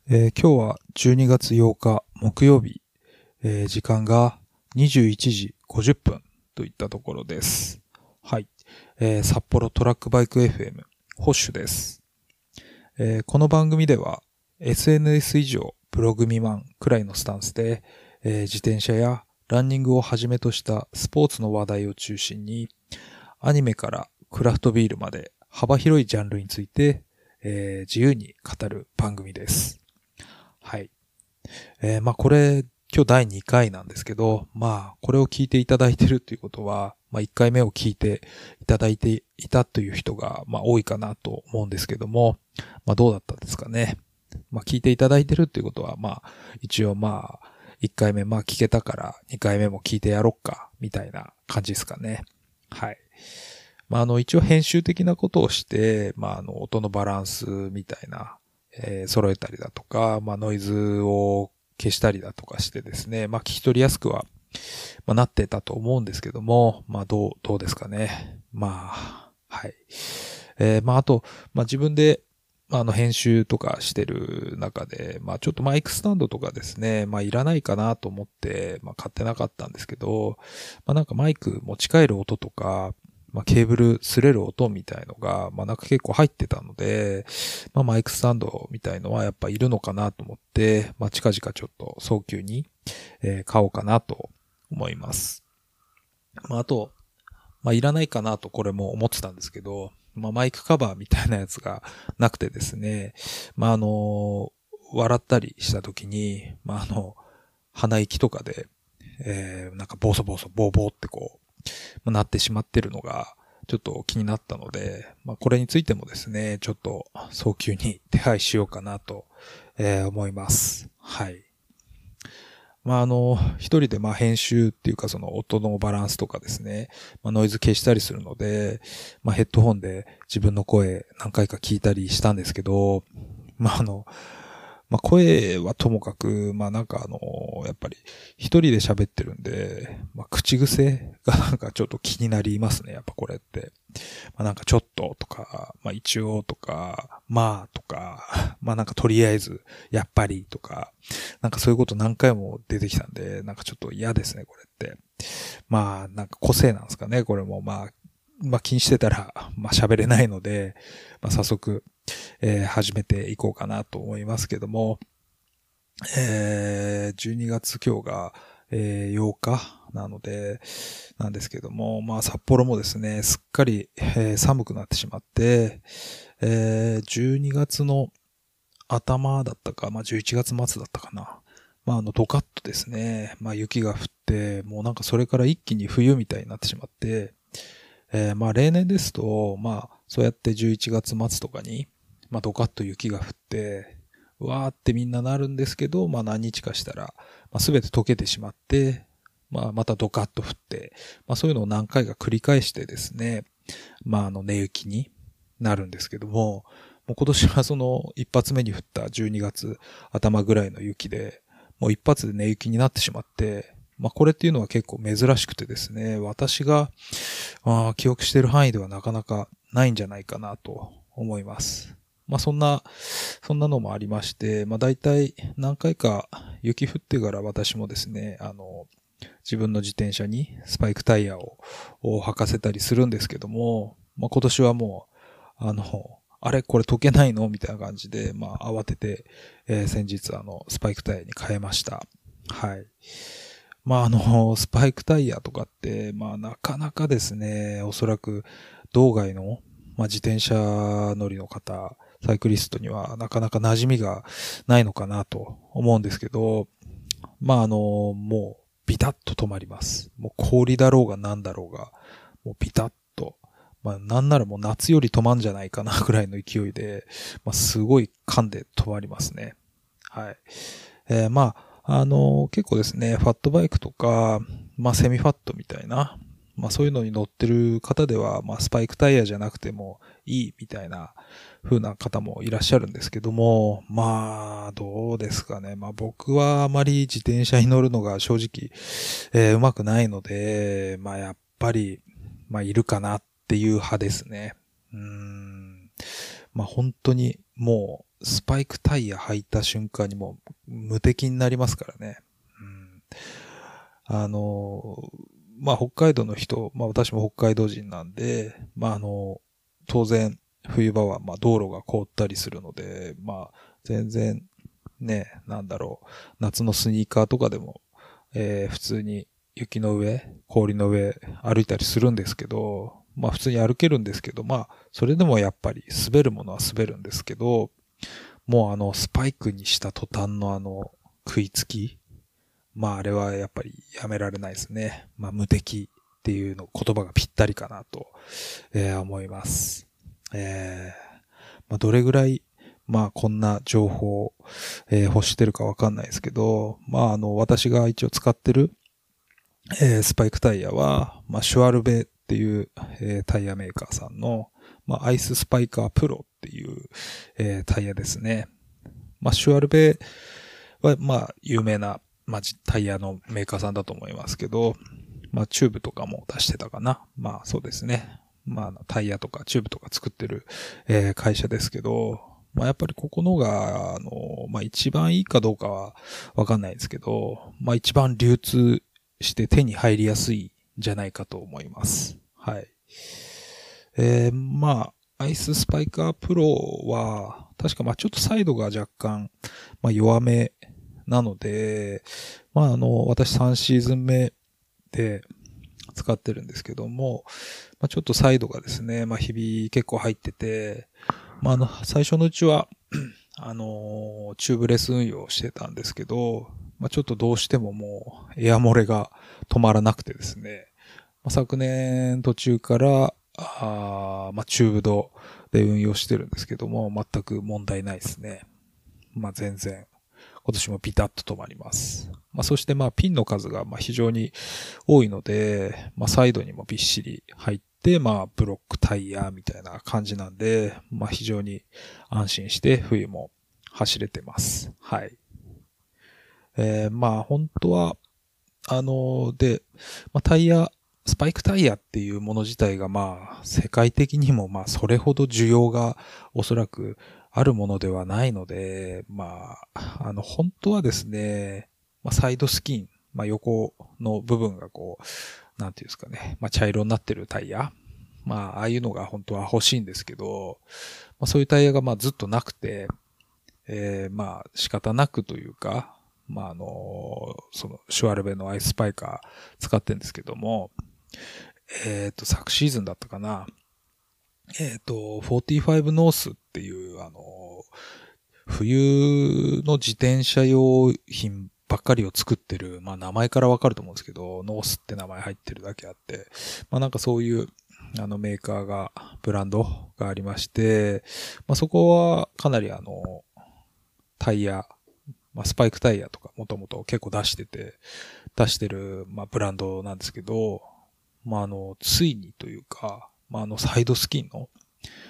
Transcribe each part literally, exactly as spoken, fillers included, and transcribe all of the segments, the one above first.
えー今日はじゅうにがつようか木曜日、えー時間がにじゅういちじごじゅっぷんといったところです。はい。えー札幌トラックバイク エフエム、ホッシュです。えーこの番組では エスエヌエス 以上ブログ未満くらいのスタンスで、えー自転車やランニングをはじめとしたスポーツの話題を中心に、アニメからクラフトビールまで幅広いジャンルについて、えー自由に語る番組です。はい。えーまあこれ、今日だいにかいなんですけど、まあこれを聞いていただいてるっていうことは、まあいっかいめを聞いていただいていたという人が、まあ多いかなと思うんですけども、まあどうだったんですかね。まあ聞いていただいてるっていうことは、まあ一応まあいっかいめまあ聞けたからにかいめも聞いてやろっか、みたいな感じですかね。はい。まああの一応編集的なことをして、まああの音のバランスみたいな、えー揃えたりだとか、まあノイズを消したりだとかしてですね、まあ聞き取りやすくは、まあ、なってたと思うんですけども、まあどう、どうですかね。まあ、はい。えーまああと、まあ自分で、あの編集とかしてる中で、まあちょっとマイクスタンドとかですね、まあいらないかなと思って、まあ買ってなかったんですけど、まあなんかマイク持ち帰る音とか、まあケーブル擦れる音みたいのが、まあなんか結構入ってたので、まあマイクスタンドみたいのはやっぱいるのかなと思って、まあ近々ちょっと早急に、えー買おうかなと思います。まああと、まあいらないかなとこれも思ってたんですけど、まあマイクカバーみたいなやつがなくてですね、まああの、笑ったりした時に、まああの、鼻息とかで、えー、なんかボソボソボーボーってこう、なってしまってるのが、ちょっと気になったので、まあこれについてもですね、ちょっと早急に手配しようかなと、えー思います。はい。まああの、一人でまあ編集っていうかその音のバランスとかですね、まあノイズ消したりするので、まあヘッドホンで自分の声何回か聞いたりしたんですけど、まああの、まあ声はともかく、まあなんかあの、やっぱり一人で喋ってるんで、まあ口癖がなんかちょっと気になりますね、やっぱこれって。まあなんかちょっととか、まあ一応とか、まあとか、まあなんかとりあえず、やっぱりとか、なんかそういうこと何回も出てきたんで、なんかちょっと嫌ですね、これって。まあなんか個性なんですかね、これも。まあ、まあ気にしてたら、まあ喋れないので、まあ早速、えー始めていこうかなと思いますけども、えー、じゅうにがつ今日が、えー、ようかなので、なんですけども、まあ札幌もですね、すっかり、えー寒くなってしまって、えー、じゅうにがつの頭だったか、まあじゅういちがつ末だったかな。まああのドカッとですね、まあ雪が降って、もうなんかそれから一気に冬みたいになってしまって、えー、まあ例年ですと、まあそうやってじゅういちがつ末とかに、まあドカッと雪が降って、うわーってみんななるんですけど、まあ何日かしたら、まあ全て溶けてしまって、まあまたドカッと降って、まあそういうのを何回か繰り返してですね、まああの寝雪になるんですけども、もう今年はその一発目に降ったじゅうにがつ頭ぐらいの雪で、もう一発で寝雪になってしまって、まあこれっていうのは結構珍しくてですね、私があー記憶している範囲ではなかなかないんじゃないかなと思います。まあそんな、そんなのもありまして、まあ大体何回か雪降ってから私もですね、あの、自分の自転車にスパイクタイヤをを履かせたりするんですけども、まあ今年はもう、あの、あれこれ溶けないのみたいな感じで、まあ慌てて、えー先日あの、スパイクタイヤに変えました。はい。まああの、スパイクタイヤとかって、まあなかなかですね、おそらく道外の、まあ自転車乗りの方、サイクリストにはなかなか馴染みがないのかなと思うんですけど、まああの、もうビタッと止まります。もう氷だろうが何だろうが、もうビタッと。まあなんならもう夏より止まんじゃないかなぐらいの勢いで、まあすごい噛んで止まりますね。はい。えーまあ、あの結構ですね、ファットバイクとか、まあセミファットみたいな、まあそういうのに乗ってる方では、まあスパイクタイヤじゃなくてもいいみたいな風な方もいらっしゃるんですけども、まあどうですかね。まあ僕はあまり自転車に乗るのが正直、えーうまくないので、まあやっぱり、まあいるかなっていう派ですね。うーん。 まあ本当にもうスパイクタイヤ履いた瞬間にもう無敵になりますからね。うん、あの、まあ北海道の人、まあ私も北海道人なんで、まああの、当然冬場はまあ道路が凍ったりするので、まあ全然ね、なんだろう、夏のスニーカーとかでも、えー普通に雪の上、氷の上歩いたりするんですけど、まあ普通に歩けるんですけど、まあそれでもやっぱり滑るものは滑るんですけど、もうあのスパイクにした途端のあの食いつき、まああれはやっぱりやめられないですね。まあ無敵っていうの言葉がぴったりかなと、えー思います。えーまあどれぐらいまあこんな情報を、えー欲してるかわかんないですけど、まああの私が一応使ってるえースパイクタイヤは、まあ、シュワルベっていう、えータイヤメーカーさんの、まあ、アイススパイカープロっていう、えータイヤですね。まあ、シュワルベは、まあ、有名な、まあ、タイヤのメーカーさんだと思いますけど、まあ、チューブとかも出してたかな。まあ、そうですね。まあ、タイヤとかチューブとか作ってる、えー会社ですけど、まあ、やっぱりここのが、あの、まあ、一番いいかどうかはわかんないですけど、まあ、一番流通して手に入りやすいんじゃないかと思います。はい。えー、まあ、アイススパイカープロは、確かまあちょっとサイドが若干、まあ弱めなので、まああの、私さんシーズン目で使ってるんですけども、まあちょっとサイドがですね、まあひび結構入ってて、まああの、最初のうちは、あの、チューブレス運用してたんですけど、まあちょっとどうしてももうエア漏れが止まらなくてですね、まあ、昨年途中から、あまあチューブドで運用してるんですけども、全く問題ないですね。まあ全然、今年もビタッと止まります。まあそしてまあピンの数がまあ非常に多いので、まあサイドにもびっしり入って、まあブロックタイヤみたいな感じなんで、まあ非常に安心して冬も走れてます。はい。えー、まあ本当は、あので、まあタイヤ、スパイクタイヤっていうもの自体がまあ世界的にもまあそれほど需要がおそらくあるものではないので、まあ、あの本当はですね、まあサイドスキン、まあ横の部分がこう、なんていうんですかね、まあ茶色になってるタイヤ、まあああいうのが本当は欲しいんですけど、まあそういうタイヤがまあずっとなくて、えー、まあ仕方なくというか、まああの、そのシュワルベのアイススパイカー使ってるんですけども、えっと、昨シーズンだったかな。えっと、よんじゅうごノースっていう、あの、冬の自転車用品ばっかりを作ってる、まあ名前からわかると思うんですけど、ノースって名前入ってるだけあって、まあなんかそういう、あのメーカーが、ブランドがありまして、まあそこはかなりあの、タイヤ、まあスパイクタイヤとかもともと結構出してて、出してる、まあブランドなんですけど、まあ、あの、ついにというか、まあ、あの、サイドスキンの、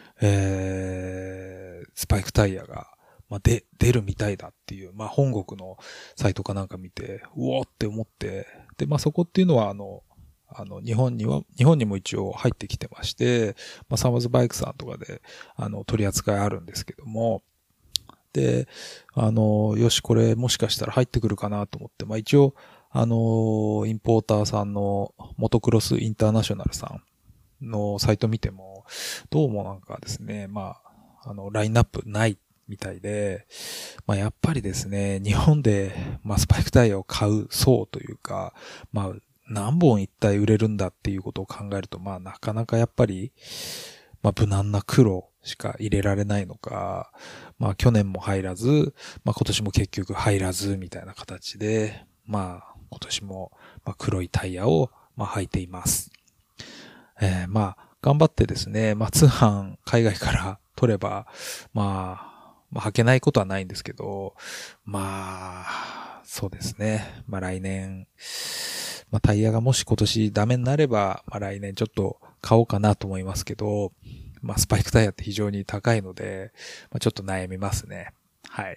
えー、スパイクタイヤが、まあ、で、出るみたいだっていう、まあ、本国のサイトかなんか見て、うおーって思って、で、まあ、そこっていうのは、あの、あの、日本には、日本にも一応入ってきてまして、まあ、サマーズバイクさんとかで、あの、取り扱いあるんですけども、で、あの、よし、これもしかしたら入ってくるかなと思って、まあ、一応、あの、インポーターさんのモトクロスインターナショナルさんのサイト見ても、どうもなんかですね、まあ、あの、ラインナップないみたいで、まあ、やっぱりですね、日本で、まあ、スパイクタイヤを買う層というか、まあ、何本一体売れるんだっていうことを考えると、まあ、なかなかやっぱり、まあ、無難な黒しか入れられないのか、まあ、去年も入らず、まあ、今年も結局入らず、みたいな形で、まあ、今年も、まあ、黒いタイヤを、まあ、履いています。えー、まあ、頑張ってですね、まあ、通販、海外から取れば、まあ、まあ、履けないことはないんですけど、まあ、そうですね。まあ、来年、まあ、タイヤがもし今年ダメになれば、まあ、来年ちょっと買おうかなと思いますけど、まあ、スパイクタイヤって非常に高いので、まあ、ちょっと悩みますね。はい。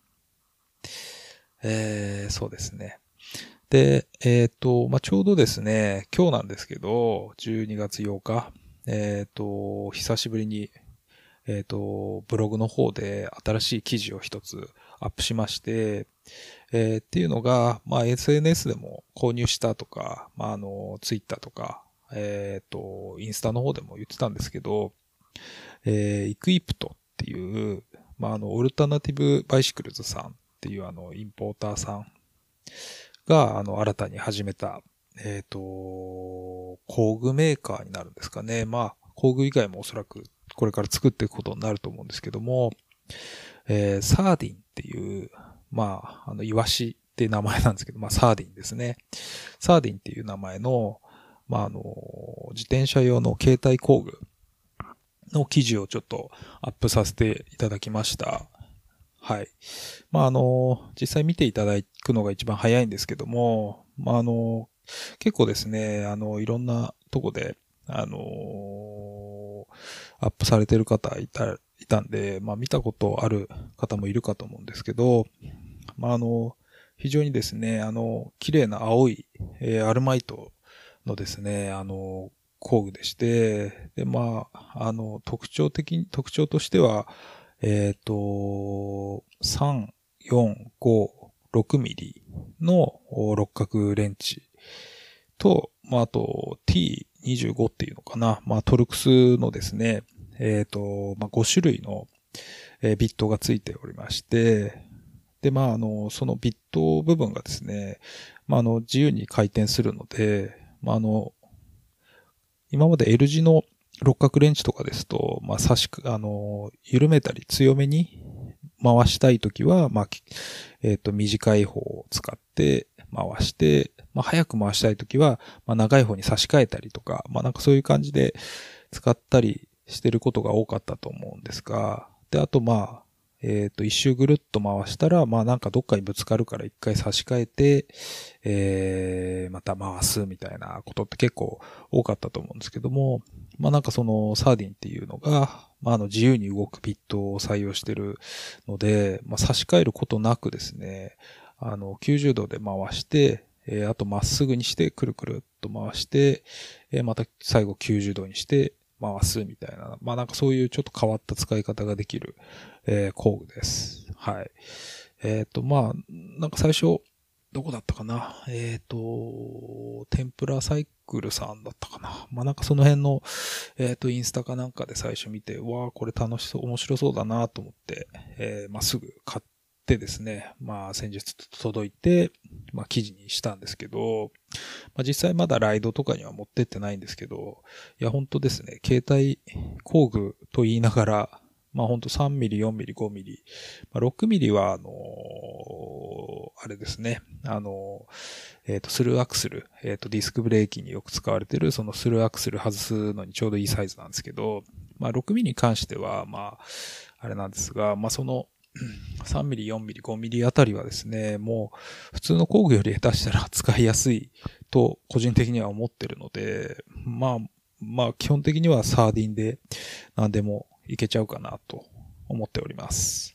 えー、そうですね。で、えっと、まあ、ちょうどですね、今日なんですけど、じゅうにがつようか、えっと、久しぶりに、 えっと、ブログの方で新しい記事を一つアップしまして、えーっていうのが、まあ エスエヌエス でも購入したとか、まああの、Twitter とか、えっと、インスタの方でも言ってたんですけど、えー、イクイプトっていう、まああの、オルタナティブバイシクルズさんっていうあの、インポーターさんが、あの、新たに始めた、えっと、工具メーカーになるんですかね。まあ、工具以外もおそらくこれから作っていくことになると思うんですけども、えー、サーディンっていう、まあ、あの、イワシって名前なんですけど、まあ、サーディンですね。サーディンっていう名前の、まあ、あの、自転車用の携帯工具の記事をちょっとアップさせていただきました。はい。まあ、あの、実際見ていただくのが一番早いんですけども、まあ、あの、結構ですね、あの、いろんなとこで、あの、アップされてる方いた、いたんで、まあ、見たことある方もいるかと思うんですけど、まあ、あの、非常にですね、あの、綺麗な青い、えーアルマイトのですね、あの、工具でして、で、まあ、あの、特徴的に、特徴としては、えっと、さん、よん、ご、ろくミリの六角レンチと、まあ、あと ティーにじゅうご っていうのかな。まあ、トルクスのですね、えっと、まあ、ご種類のえービットがついておりまして、で、まあ、あの、そのビット部分がですね、まあ、あの、自由に回転するので、まあ、あの、今まで L 字の六角レンチとかですと、まあ、差しく、あの、緩めたり強めに回したいときは、まあ、きえっと、短い方を使って回して、まあ、早く回したいときは、まあ、長い方に差し替えたりとか、まあ、なんかそういう感じで使ったりしてることが多かったと思うんですが、で、あとまあ、えっと、一周ぐるっと回したら、まあなんかどっかにぶつかるから一回差し替えて、えー、また回すみたいなことって結構多かったと思うんですけども、まあなんかそのサーディンっていうのが、まああの自由に動くビットを採用してるので、まあ差し替えることなくですね、あのきゅうじゅうどで回して、えー、あとまっすぐにしてくるくるっと回して、えー、また最後きゅうじゅうどにして回すみたいな、まあなんかそういうちょっと変わった使い方ができる、えー、工具です。はい。えっと、まあ、なんか最初、どこだったかなえっと、天ぷらサイクルさんだったかなまあなんかその辺の、えっと、インスタかなんかで最初見て、わあこれ楽しそう、面白そうだなと思って、えー、まあすぐ買ってですね、まあ先日届いて、まあ記事にしたんですけど、まあ実際まだライドとかには持ってってないんですけど、いや本当ですね、携帯工具と言いながら、まあほんとさんミリ、よんミリ、ごミリ。まあ、ろくミリは、あのーあれですね。あのーえっ、と、スルーアクスル。えっ、と、ディスクブレーキによく使われている、そのスルーアクスル外すのにちょうどいいサイズなんですけど、まあろくミリに関しては、まあ、あれなんですが、まあその、さんミリ、よんミリ、ごミリあたりはですね、もう普通の工具より下手したら使いやすいと個人的には思ってるので、まあ、まあ基本的にはサーディンで何でもいけちゃうかなと思っております。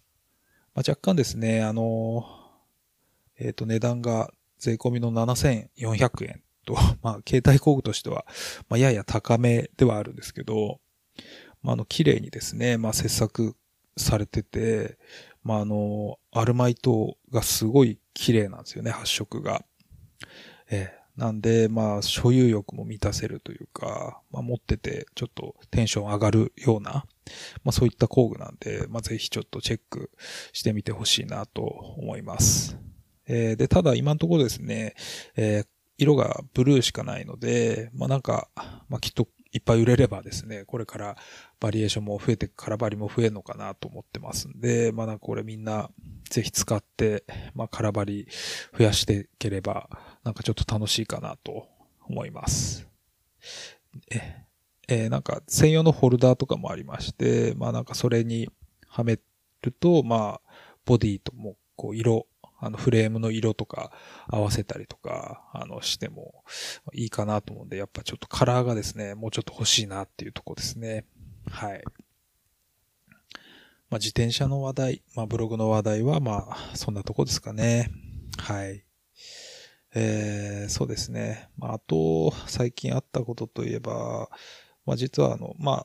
まあ、若干ですね、あの、えっ、と値段が税込みのななせんよんひゃくえんと、まあ携帯工具としては、まあやや高めではあるんですけど、まああの綺麗にですね、まあ切削されてて、まああの、アルマイトがすごい綺麗なんですよね、発色が。ええなんで、まあ、所有欲も満たせるというか、まあ、持ってて、ちょっとテンション上がるような、まあ、そういった工具なんで、まあ、ぜひちょっとチェックしてみてほしいなと思います。えー、で、ただ今のところですね、えー、色がブルーしかないので、まあ、なんか、まあ、きっといっぱい売れればですね、これからバリエーションも増えて、空張りも増えるのかなと思ってますんで、まあ、なんかこれみんなぜひ使って、まあ、空張り増やしていければ、なんかちょっと楽しいかなと思います。え、えーなんか専用のホルダーとかもありまして、まあなんかそれにはめると、まあ、ボディともこう色、あのフレームの色とか合わせたりとか、あのしてもいいかなと思うんで、やっぱちょっとカラーがですね、もうちょっと欲しいなっていうところですね。はい。まあ自転車の話題、まあブログの話題はまあそんなとこですかね。はい。えー、そうですね。まあ、あと、最近あったことといえば、まあ、実はあの、まあ、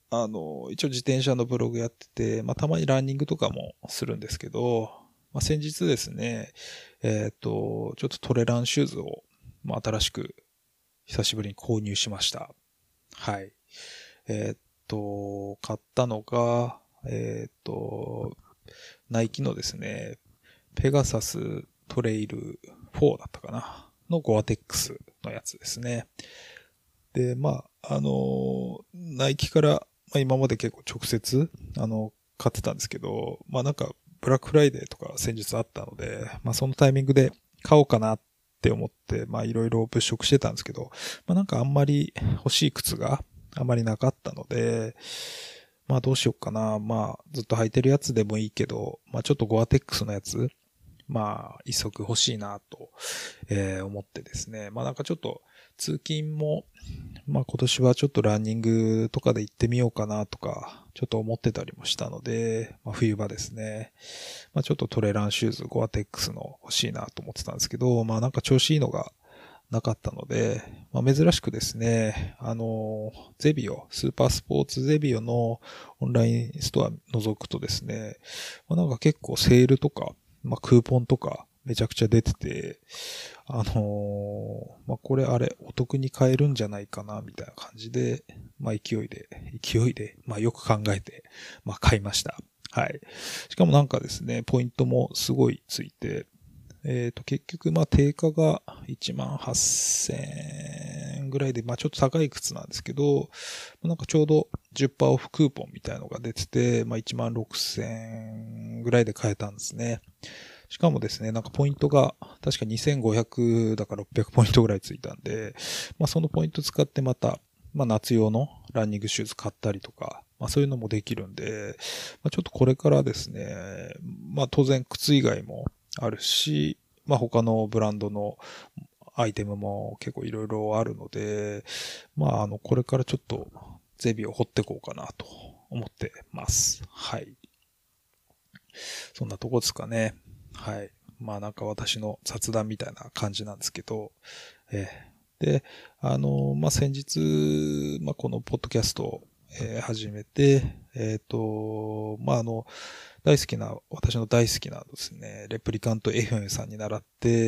あの、一応自転車のブログやってて、まあ、たまにランニングとかもするんですけど、まあ、先日ですね、えっと、ちょっとトレランシューズを、まあ、新しく久しぶりに購入しました。はい。えっと、買ったのが、えっと、ナイキのですね、ペガサストレイルフォーだったかなのゴアテックスのやつですね。で、まあ、あの、ナイキから、まあ、今まで結構直接、あの、買ってたんですけど、まあなんか、ブラックフライデーとか先日あったので、まあそのタイミングで買おうかなって思って、まあいろいろ物色してたんですけど、まあなんかあんまり欲しい靴があまりなかったので、まあどうしようかな。まあずっと履いてるやつでもいいけど、まあちょっとゴアテックスのやつ、まあ一足欲しいなと、えー思ってですね。まあなんかちょっと通勤も、まあ今年はちょっとランニングとかで行ってみようかなとか、ちょっと思ってたりもしたので、まあ冬場ですね。まあちょっとトレランシューズ、ゴアテックスの欲しいなと思ってたんですけど、まあなんか調子いいのがなかったので、まあ珍しくですね、あの、ゼビオ、スーパースポーツゼビオのオンラインストア覗くとですね、まあなんか結構セールとか、まあクーポンとかめちゃくちゃ出てて、あのーまあ、これあれ、お得に買えるんじゃないかな、みたいな感じで、まあ、勢いで、勢いで、まあ、よく考えて、まあ、買いました。はい。しかもなんかですね、ポイントもすごいついて、えっと、結局、まあ、定価がいちまんはっせんえんぐらいで、まあ、ちょっと高い靴なんですけど、なんかちょうどじゅっパーセントオフクーポンみたいなのが出てて、まあ、いちまんろくせんえんぐらいで買えたんですね。しかもですね、なんかポイントが確かにせんごひゃくだかろっぴゃくポイントぐらいついたんで、まあそのポイント使ってまた、まあ夏用のランニングシューズ買ったりとか、まあそういうのもできるんで、まあちょっとこれからですね、まあ当然靴以外もあるし、まあ他のブランドのアイテムも結構いろいろあるので、まああのこれからちょっとゼビを掘っていこうかなと思ってます。はい。そんなとこですかね。はい。まあなんか私の雑談みたいな感じなんですけど、えー、で、あの、まあ先日、まあこのポッドキャストを、えー始めて、えっ、と、まああの、大好きな、私の大好きなですね、レプリカント エフエム さんに習って、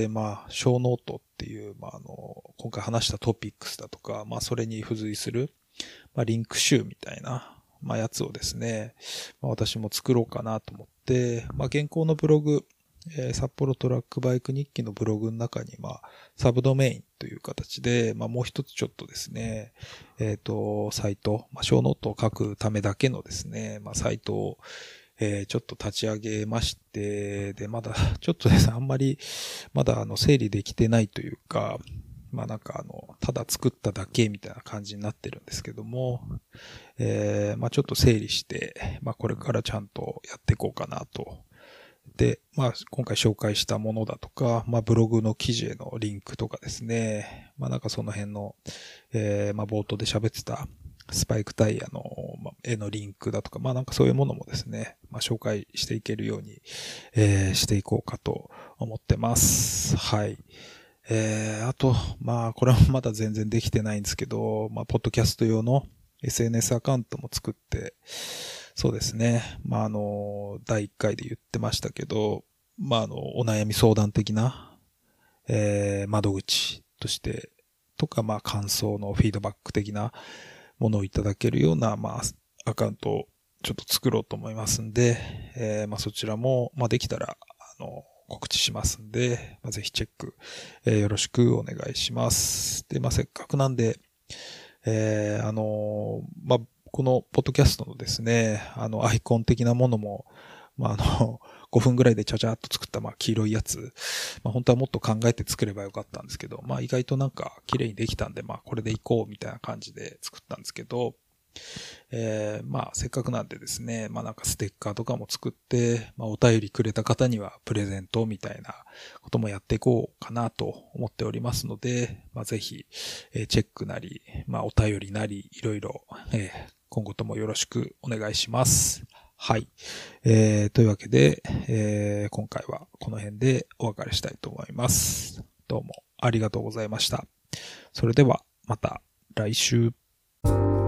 まあ、小ノートっていう、まああの、今回話したトピックスだとか、まあそれに付随する、まあリンク集みたいな、まあやつをですね、まあ私も作ろうかなと思って、まあ現行のブログ、えー札幌トラックバイク日記のブログの中に、まあ、サブドメインという形で、まあ、もう一つちょっとですね、えっ、と、サイト、まあ、小ノートを書くためだけのですね、まあ、サイトを、えーちょっと立ち上げまして、で、まだ、ちょっとですね、あんまり、まだ、あの、整理できてないというか、まあなんかあの、ただ作っただけみたいな感じになってるんですけども、えー、まあちょっと整理して、まあこれからちゃんとやっていこうかなと。で、まあ今回紹介したものだとか、まあブログの記事へのリンクとかですね、まあなんかその辺の、えー、まあ冒頭で喋ってたスパイクタイヤの絵のリンクだとか、まあなんかそういうものもですね、まあ紹介していけるように、えー、していこうかと思ってます。はい。えー、あと、まあ、これはまだ全然できてないんですけど、まあ、ポッドキャスト用の エスエヌエス アカウントも作って、そうですね。まあ、あの、だいいっかいで言ってましたけど、まあ、あの、お悩み相談的な、えー、窓口として、とか、まあ、感想のフィードバック的なものをいただけるような、まあ、アカウントをちょっと作ろうと思いますんで、えー、まあ、そちらも、まあ、できたら、あの、告知しますんで、まあ、ぜひチェック、えー、よろしくお願いします。で、まあ、せっかくなんで、えー、あの、まあ、このポッドキャストのですね、あの、アイコン的なものも、まあ、あの、ごふんぐらいでちゃちゃっと作った、まあ、黄色いやつ。まあ、本当はもっと考えて作ればよかったんですけど、まあ、意外となんか綺麗にできたんで、まあ、これでいこうみたいな感じで作ったんですけど、えー、まあ、せっかくなんでですね、まあなんかステッカーとかも作って、まあお便りくれた方にはプレゼントみたいなこともやっていこうかなと思っておりますので、まあぜひ、えー、チェックなり、まあお便りなり、いろいろ、えー、今後ともよろしくお願いします。はい。えー、というわけで、えー、今回はこの辺でお別れしたいと思います。どうもありがとうございました。それではまた来週。